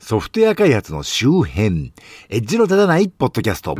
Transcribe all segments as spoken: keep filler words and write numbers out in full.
ソフトウェア開発の周辺、エッジの立たないポッドキャスト。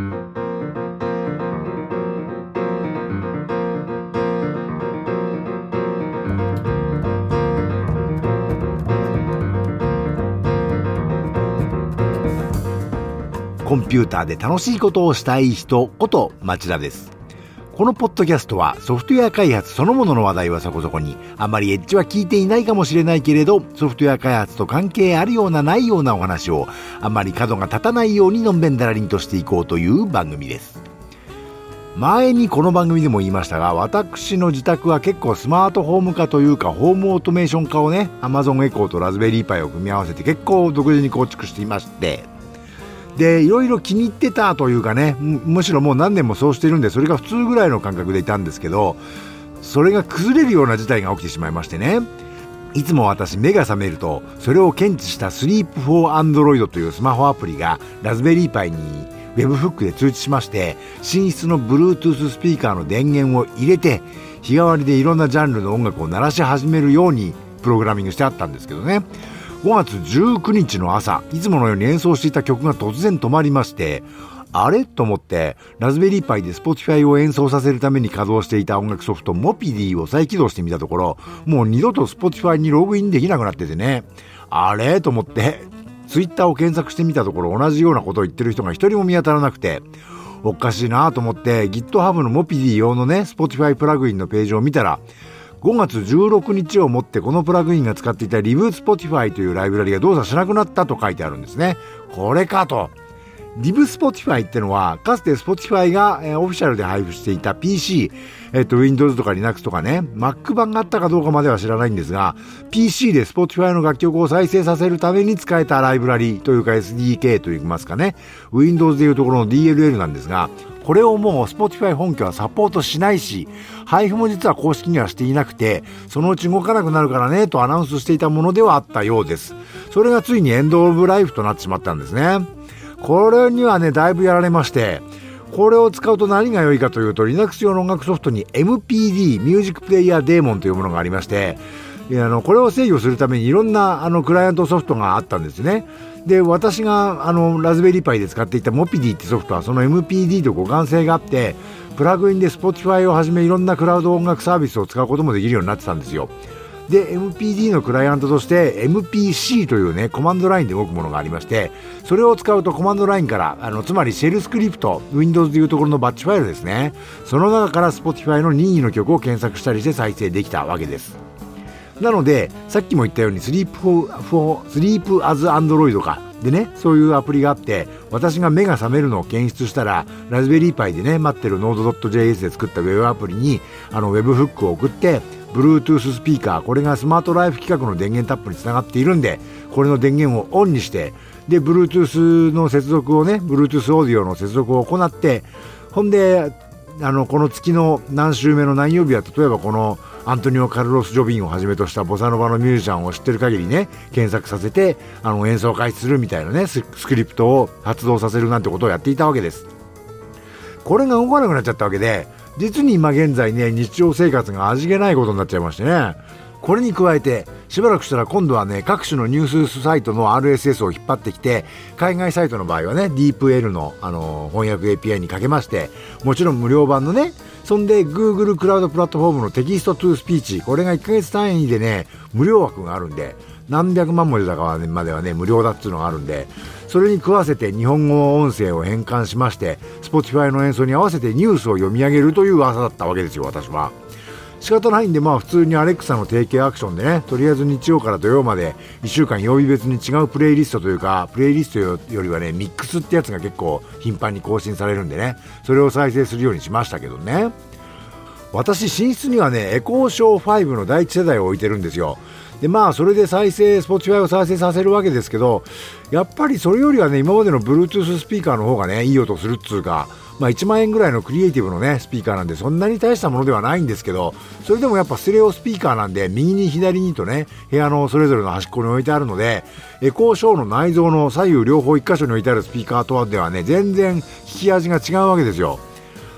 コンピューターで楽しいことをしたい人こと町田です。このポッドキャストはソフトウェア開発そのものの話題はそこそこに、あまりエッジは聞いていないかもしれないけれど、ソフトウェア開発と関係あるようなないようなお話をあまり角が立たないようにのんべんだらりんとしていこうという番組です。前にこの番組でも言いましたが、私の自宅は結構スマートホーム化というかホームオートメーション化をね、Amazon Echoとラズベリーパイを組み合わせて結構独自に構築していまして、でいろいろ気に入ってたというかね、 む, むしろもう何年もそうしているんで、それが普通ぐらいの感覚でいたんですけど、それが崩れるような事態が起きてしまいましてね。いつも私目が覚めると、それを検知した Sleep for Android というスマホアプリがラズベリーパイに Webhook で通知しまして、寝室の Bluetooth スピーカーの電源を入れて日替わりでいろんなジャンルの音楽を鳴らし始めるようにプログラミングしてあったんですけどね、ごがつじゅうくにちの朝、いつものように演奏していた曲が突然止まりまして、あれと思ってラズベリーパイで Spotify を演奏させるために稼働していた音楽ソフトモピディを再起動してみたところ、もう二度と Spotify にログインできなくなっててね、あれと思ってツイッターを検索してみたところ、同じようなことを言ってる人が一人も見当たらなくて、おかしいなと思って GitHub のモピディ用のね Spotify プラグインのページを見たら、ごがつじゅうろくにちをもってこのプラグインが使っていた LiveSpotify というライブラリが動作しなくなったと書いてあるんですね。これかと。LiveSpotify ってのはかつて Spotify が、えー、オフィシャルで配布していた ピーシー、えっと Windows とか Linux とかね Mac 版があったかどうかまでは知らないんですが、 ピーシー で Spotify の楽曲を再生させるために使えたライブラリというか エスディーケー といいますかね、 Windows でいうところの ディーエルエル なんですが、これをもう Spotify 本家はサポートしないし、配布も実は公式にはしていなくて、そのうち動かなくなるからねとアナウンスしていたものではあったようです。それがついにエンドオブライフとなってしまったんですね。これにはねだいぶやられまして、これを使うと何が良いかというと、 Linux 用の音楽ソフトに エムピーディー ミュージックプレイヤーデーモンというものがありまして、あのこれを制御するためにいろんなあのクライアントソフトがあったんですね。で私があのラズベリーパイで使っていたモピディってソフトはその エムピーディー と互換性があって、プラグインで Spotify をはじめいろんなクラウド音楽サービスを使うこともできるようになってたんですよ。で エムピーディー のクライアントとして エムピーシー というねコマンドラインで動くものがありまして、それを使うとコマンドラインからあのつまりシェルスクリプト Windows でいうところのバッチファイルですね、その中から Spotify の任意の曲を検索したりして再生できたわけです。なのでさっきも言ったように Sleep for, for Sleep as Android かでね、そういうアプリがあって、私が目が覚めるのを検出したらラズベリーパイでね待ってる ノードドットジェイエス で作ったウェブアプリにあの Webhook を送って、Bluetooth スピーカー、これがスマートライフ規格の電源タップにつながっているんで、これの電源をオンにして、で Bluetooth の接続をね Bluetooth オーディオの接続を行って、ほんであのこの月の何週目の何曜日は、例えばこのアントニオ・カルロス・ジョビンをはじめとしたボサノバのミュージシャンを知ってる限りね検索させてあの演奏を開始するみたいなね ス, スクリプトを発動させるなんてことをやっていたわけです。これが動かなくなっちゃったわけで、実に今現在ね日常生活が味気ないことになっちゃいましてね、これに加えてしばらくしたら今度はね各種のニュースサイトの アールエスエス を引っ張ってきて、海外サイトの場合はね ディープエル の, あの翻訳 エーピーアイ にかけまして、もちろん無料版のね、そんで Google クラウドプラットフォームのテキストトゥースピーチ、これがいっかげつ単位でね無料枠があるんで、何百万文字だかまではね無料だっていうのがあるんで、それに食わせて日本語音声を変換しまして Spotify の演奏に合わせてニュースを読み上げるという技だったわけですよ。私は仕方ないんで、まあ普通に Alexa の提携アクションでね、とりあえず日曜から土曜までいっしゅうかん曜日別に違うプレイリストというか、プレイリストよりはねミックスってやつが結構頻繁に更新されるんでね、それを再生するようにしましたけどね。私寝室にはねエコーショーファイブの第一世代を置いてるんですよ。でまあそれで再生 Spotify を再生させるわけですけど、やっぱりそれよりはね今までの Bluetooth スピーカーの方がねいい音するっつうか、まあいちまんえんぐらいのクリエイティブのねスピーカーなんでそんなに大したものではないんですけど、それでもやっぱステレオスピーカーなんで右に左にとね部屋のそれぞれの端っこに置いてあるので、エコーショーの内蔵の左右両方一箇所に置いてあるスピーカーとはではね全然聞き味が違うわけですよ。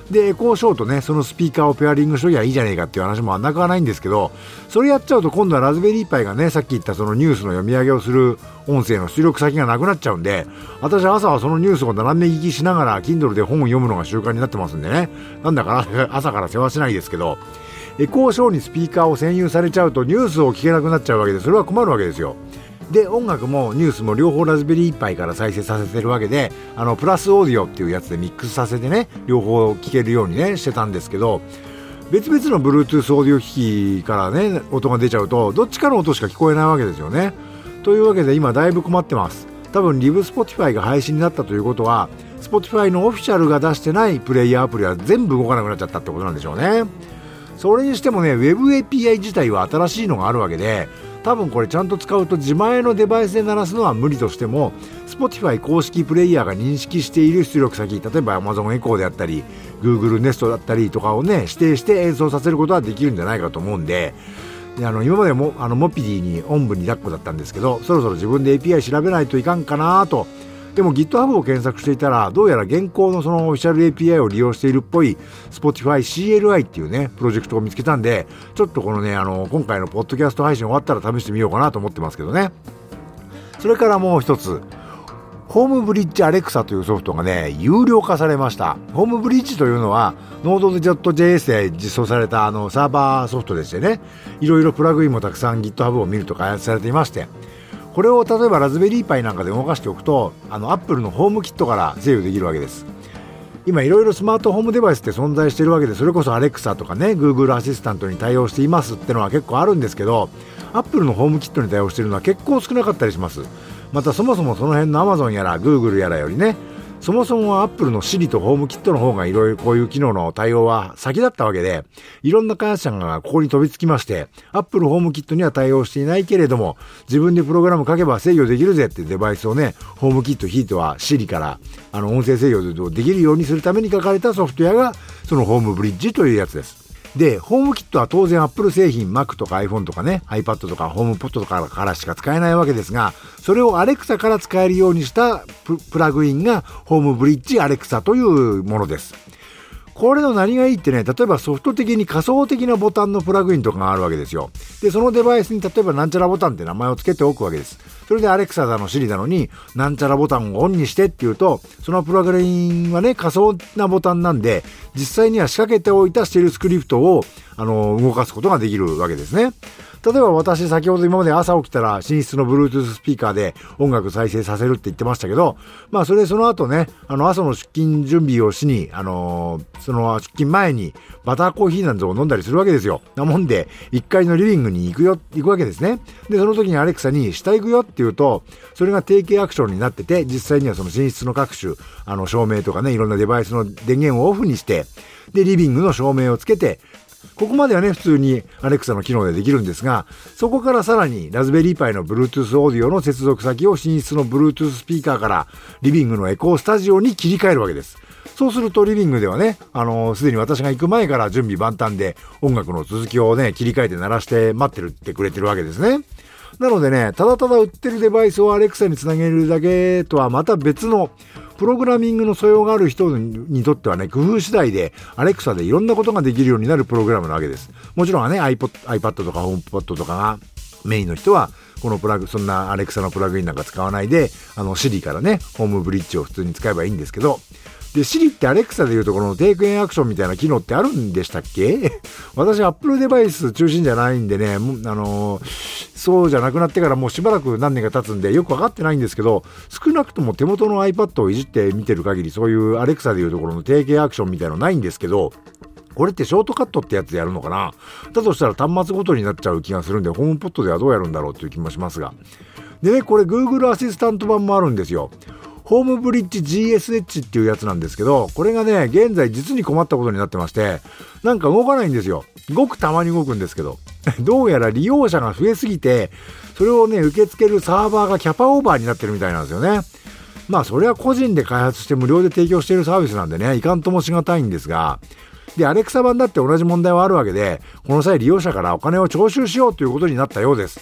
でエコーショーとねそのスピーカーをペアリングしときゃいいじゃねえかっていう話もなくはないんですけど、それやっちゃうと今度はラズベリーパイがねさっき言ったそのニュースの読み上げをする音声の出力先がなくなっちゃうんで、私朝はそのニュースを斜め聞きしながら Kindle で本を読むのが習慣になってますんでね、なんだか朝から世話しないですけど、エコーショーにスピーカーを占有されちゃうとニュースを聞けなくなっちゃうわけで、それは困るわけですよ。で音楽もニュースも両方ラズベリーパイから再生させてるわけで、あのプラスオーディオっていうやつでミックスさせてね両方聞けるようにねしてたんですけど、別々の Bluetooth オーディオ機器からね音が出ちゃうとどっちかの音しか聞こえないわけですよね。というわけで今だいぶ困ってます。多分リブ Spotify が配信になったということは Spotify のオフィシャルが出してないプレイヤーアプリは全部動かなくなっちゃったってことなんでしょうね。それにしてもね Web エーピーアイ 自体は新しいのがあるわけで、多分これちゃんと使うと自前のデバイスで鳴らすのは無理としても Spotify 公式プレイヤーが認識している出力先、例えば Amazon Echo であったり Google Nest だったりとかをね指定して演奏させることはできるんじゃないかと思うんで、であの今までもあのモピディにおんぶに抱っこだったんですけど、そろそろ自分で エーピーアイ 調べないといかんかなと。でも GitHub を検索していたらどうやら現行のそのオフィシャル エーピーアイ を利用しているっぽい Spotify シーエルアイ っていうねプロジェクトを見つけたんで、ちょっとこのねあの今回のポッドキャスト配信終わったら試してみようかなと思ってますけどね。それからもう一つ、ホームブリッジアレクサというソフトがね有料化されました。ホームブリッジというのは ノード ドット ジェイエス で実装されたあのサーバーソフトでしてね、いろいろプラグインもたくさん GitHub を見ると開発されていまして、これを例えばラズベリーパイなんかで動かしておくとあの Apple のホームキットから制御できるわけです。今いろいろスマートホームデバイスって存在しているわけで、それこそ Alexa とかね Google アシスタントに対応していますってのは結構あるんですけど、 Apple のホームキットに対応しているのは結構少なかったりします。またそもそもその辺の Amazon やら Google やらよりね、そもそも Apple の Siri とホームキットの方がいろいろこういう機能の対応は先だったわけで、いろんな開発者がここに飛びつきまして Apple ホームキットには対応していないけれども自分でプログラム書けば制御できるぜってデバイスをねホームキットひいては Siri からあの音声制御できるようにするために書かれたソフトウェアがそのホームブリッジというやつです。で、ホームキットは当然 Apple 製品 Mac とか iPhone とかね iPad とか HomePod とかからしか使えないわけですが、それを Alexa から使えるようにしたプ, プラグインがホームブリッジ Alexa というものです。これの何がいいってね、例えばソフト的に仮想的なボタンのプラグインとかがあるわけですよ。で、そのデバイスに例えばなんちゃらボタンって名前を付けておくわけです。それで Alexa だの Siri だのになんちゃらボタンをオンにしてっていうと、そのプラグインはね仮想なボタンなんで実際には仕掛けておいたシェルスクリプトをあの動かすことができるわけですね。例えば私先ほど今まで朝起きたら寝室の Bluetooth スピーカーで音楽再生させるって言ってましたけど、まあそれその後ね、あの朝の出勤準備をしに、あのー、その出勤前にバターコーヒーなんぞを飲んだりするわけですよ。なもんでいっかいのリビングに行くよ、行くわけですね。で、その時にアレクサに下行くよって言うと、それが定型アクションになってて、実際にはその寝室の各種、あの照明とかね、いろんなデバイスの電源をオフにして、で、リビングの照明をつけて、ここまではね普通に Alexa の機能でできるんですが、そこからさらにラズベリーパイの Bluetooth オーディオの接続先を寝室の Bluetooth スピーカーからリビングのエコースタジオに切り替えるわけです。そうするとリビングではね、あのー、すでに私が行く前から準備万端で音楽の続きをね切り替えて鳴らして待ってるってくれてるわけですね。なのでね、ただただ売ってるデバイスを Alexa につなげるだけとはまた別のプログラミングの素養がある人にとってはね、工夫次第で Alexa でいろんなことができるようになるプログラムなわけです。もちろんね iPod、iPad とか HomePod とかがメインの人はこのプラグ、そんな Alexa のプラグインなんか使わないで、あの Siri からねホームブリッジを普通に使えばいいんですけど、で Siri って Alexa でいうところのテイクインアクションみたいな機能ってあるんでしたっけ？私 Apple デバイス中心じゃないんでね、あのー、そうじゃなくなってからもうしばらく何年か経つんでよくわかってないんですけど、少なくとも手元の iPad をいじって見てる限りそういう Alexa でいうところの定型アクションみたいなのないんですけど、これってショートカットってやつでやるのかな？だとしたら端末ごとになっちゃう気がするんで、ホームポットではどうやるんだろうっていう気もしますが。でね、これ Google アシスタント版もあるんですよ。ホームブリッジ ジーエスエイチ っていうやつなんですけど、これがね、現在実に困ったことになってまして、なんか動かないんですよ。ごくたまに動くんですけど。どうやら利用者が増えすぎて、それをね、受け付けるサーバーがキャパオーバーになってるみたいなんですよね。まあ、それは個人で開発して無料で提供しているサービスなんでね、いかんともしがたいんですが、で、アレクサ版だって同じ問題はあるわけで、この際利用者からお金を徴収しようということになったようです。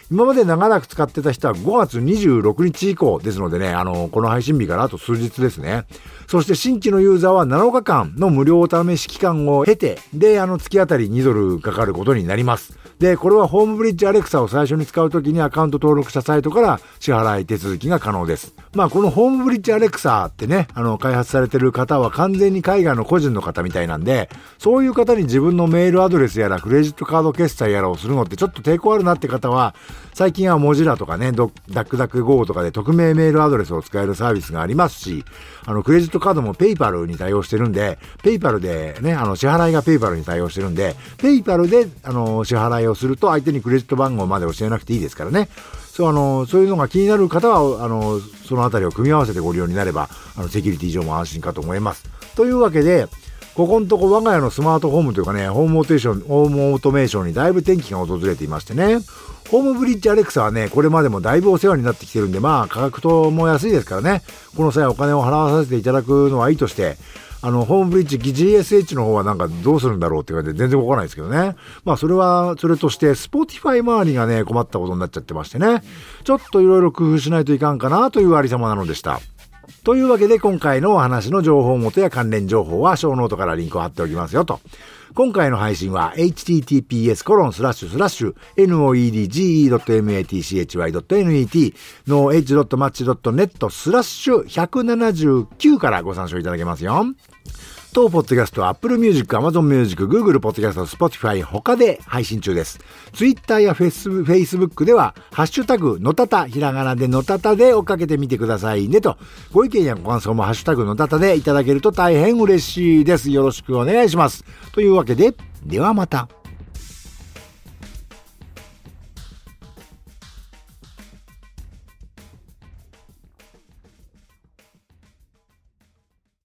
今まで長らく使ってた人はごがつにじゅうろくにち以降ですのでね、あの、この配信日からあと数日ですね。そして新規のユーザーはなのかかんの無料お試し期間を経て、で、あの、月あたりにドルかかることになります。で、これはホームブリッジアレクサを最初に使うときにアカウント登録したサイトから支払い手続きが可能です。まあ、このホームブリッジアレクサってね、あの、開発されてる方は完全に海外の個人の方みたいなんで、そういう方に自分のメールアドレスやらクレジットカード決済やらをするのってちょっと抵抗あるなって方は、最近はモジラとかね、ダックダックゴーとかで匿名メールアドレスを使えるサービスがありますし、あの、クレジットカードもペイパルに対応してるんで、ペイパルでね、あの、支払いがペイパルに対応してるんで、ペイパルで、あの、支払いをすると相手にクレジット番号まで教えなくていいですからね。そう、あの、そういうのが気になる方は、あの、そのあたりを組み合わせてご利用になれば、あの、セキュリティ上も安心かと思います。というわけで、ここのとこ我が家のスマートホームというかね、ホームオートメーション、ホームオートメーションにだいぶ転機が訪れていましてね。ホームブリッジアレクサはね、これまでもだいぶお世話になってきてるんで、まあ価格とも安いですからね、この際お金を払わさせていただくのはいいとして、あの、ホームブリッジ ジーエスエイチ の方はなんかどうするんだろうって感じで全然動かないですけどね。まあそれは、それとして、Spotify 周りがね、困ったことになっちゃってましてね。ちょっといろいろ工夫しないといかんかなというありさまなのでした。というわけで今回のお話の情報元や関連情報はショーノートからリンクを貼っておきますよと。今回の配信は エイチティーティーピーエスコロンスラッシュスラッシュエヌオーイーディージーイードットエムエーティーシーエイチワイドットエヌイーティー の エイチドットマッチドットネット スラッシュひゃくななじゅうきゅうからご参照いただけますよ。当ポッドキャストは Apple Music、Amazon Music、Google Podcast、Spotify 他で配信中です。Twitter や Facebook ではハッシュタグのたた、ひらがなでのたたで追っかけてみてくださいねと。ご意見やご感想もハッシュタグのたたでいただけると大変嬉しいです。よろしくお願いします。というわけで、ではまた。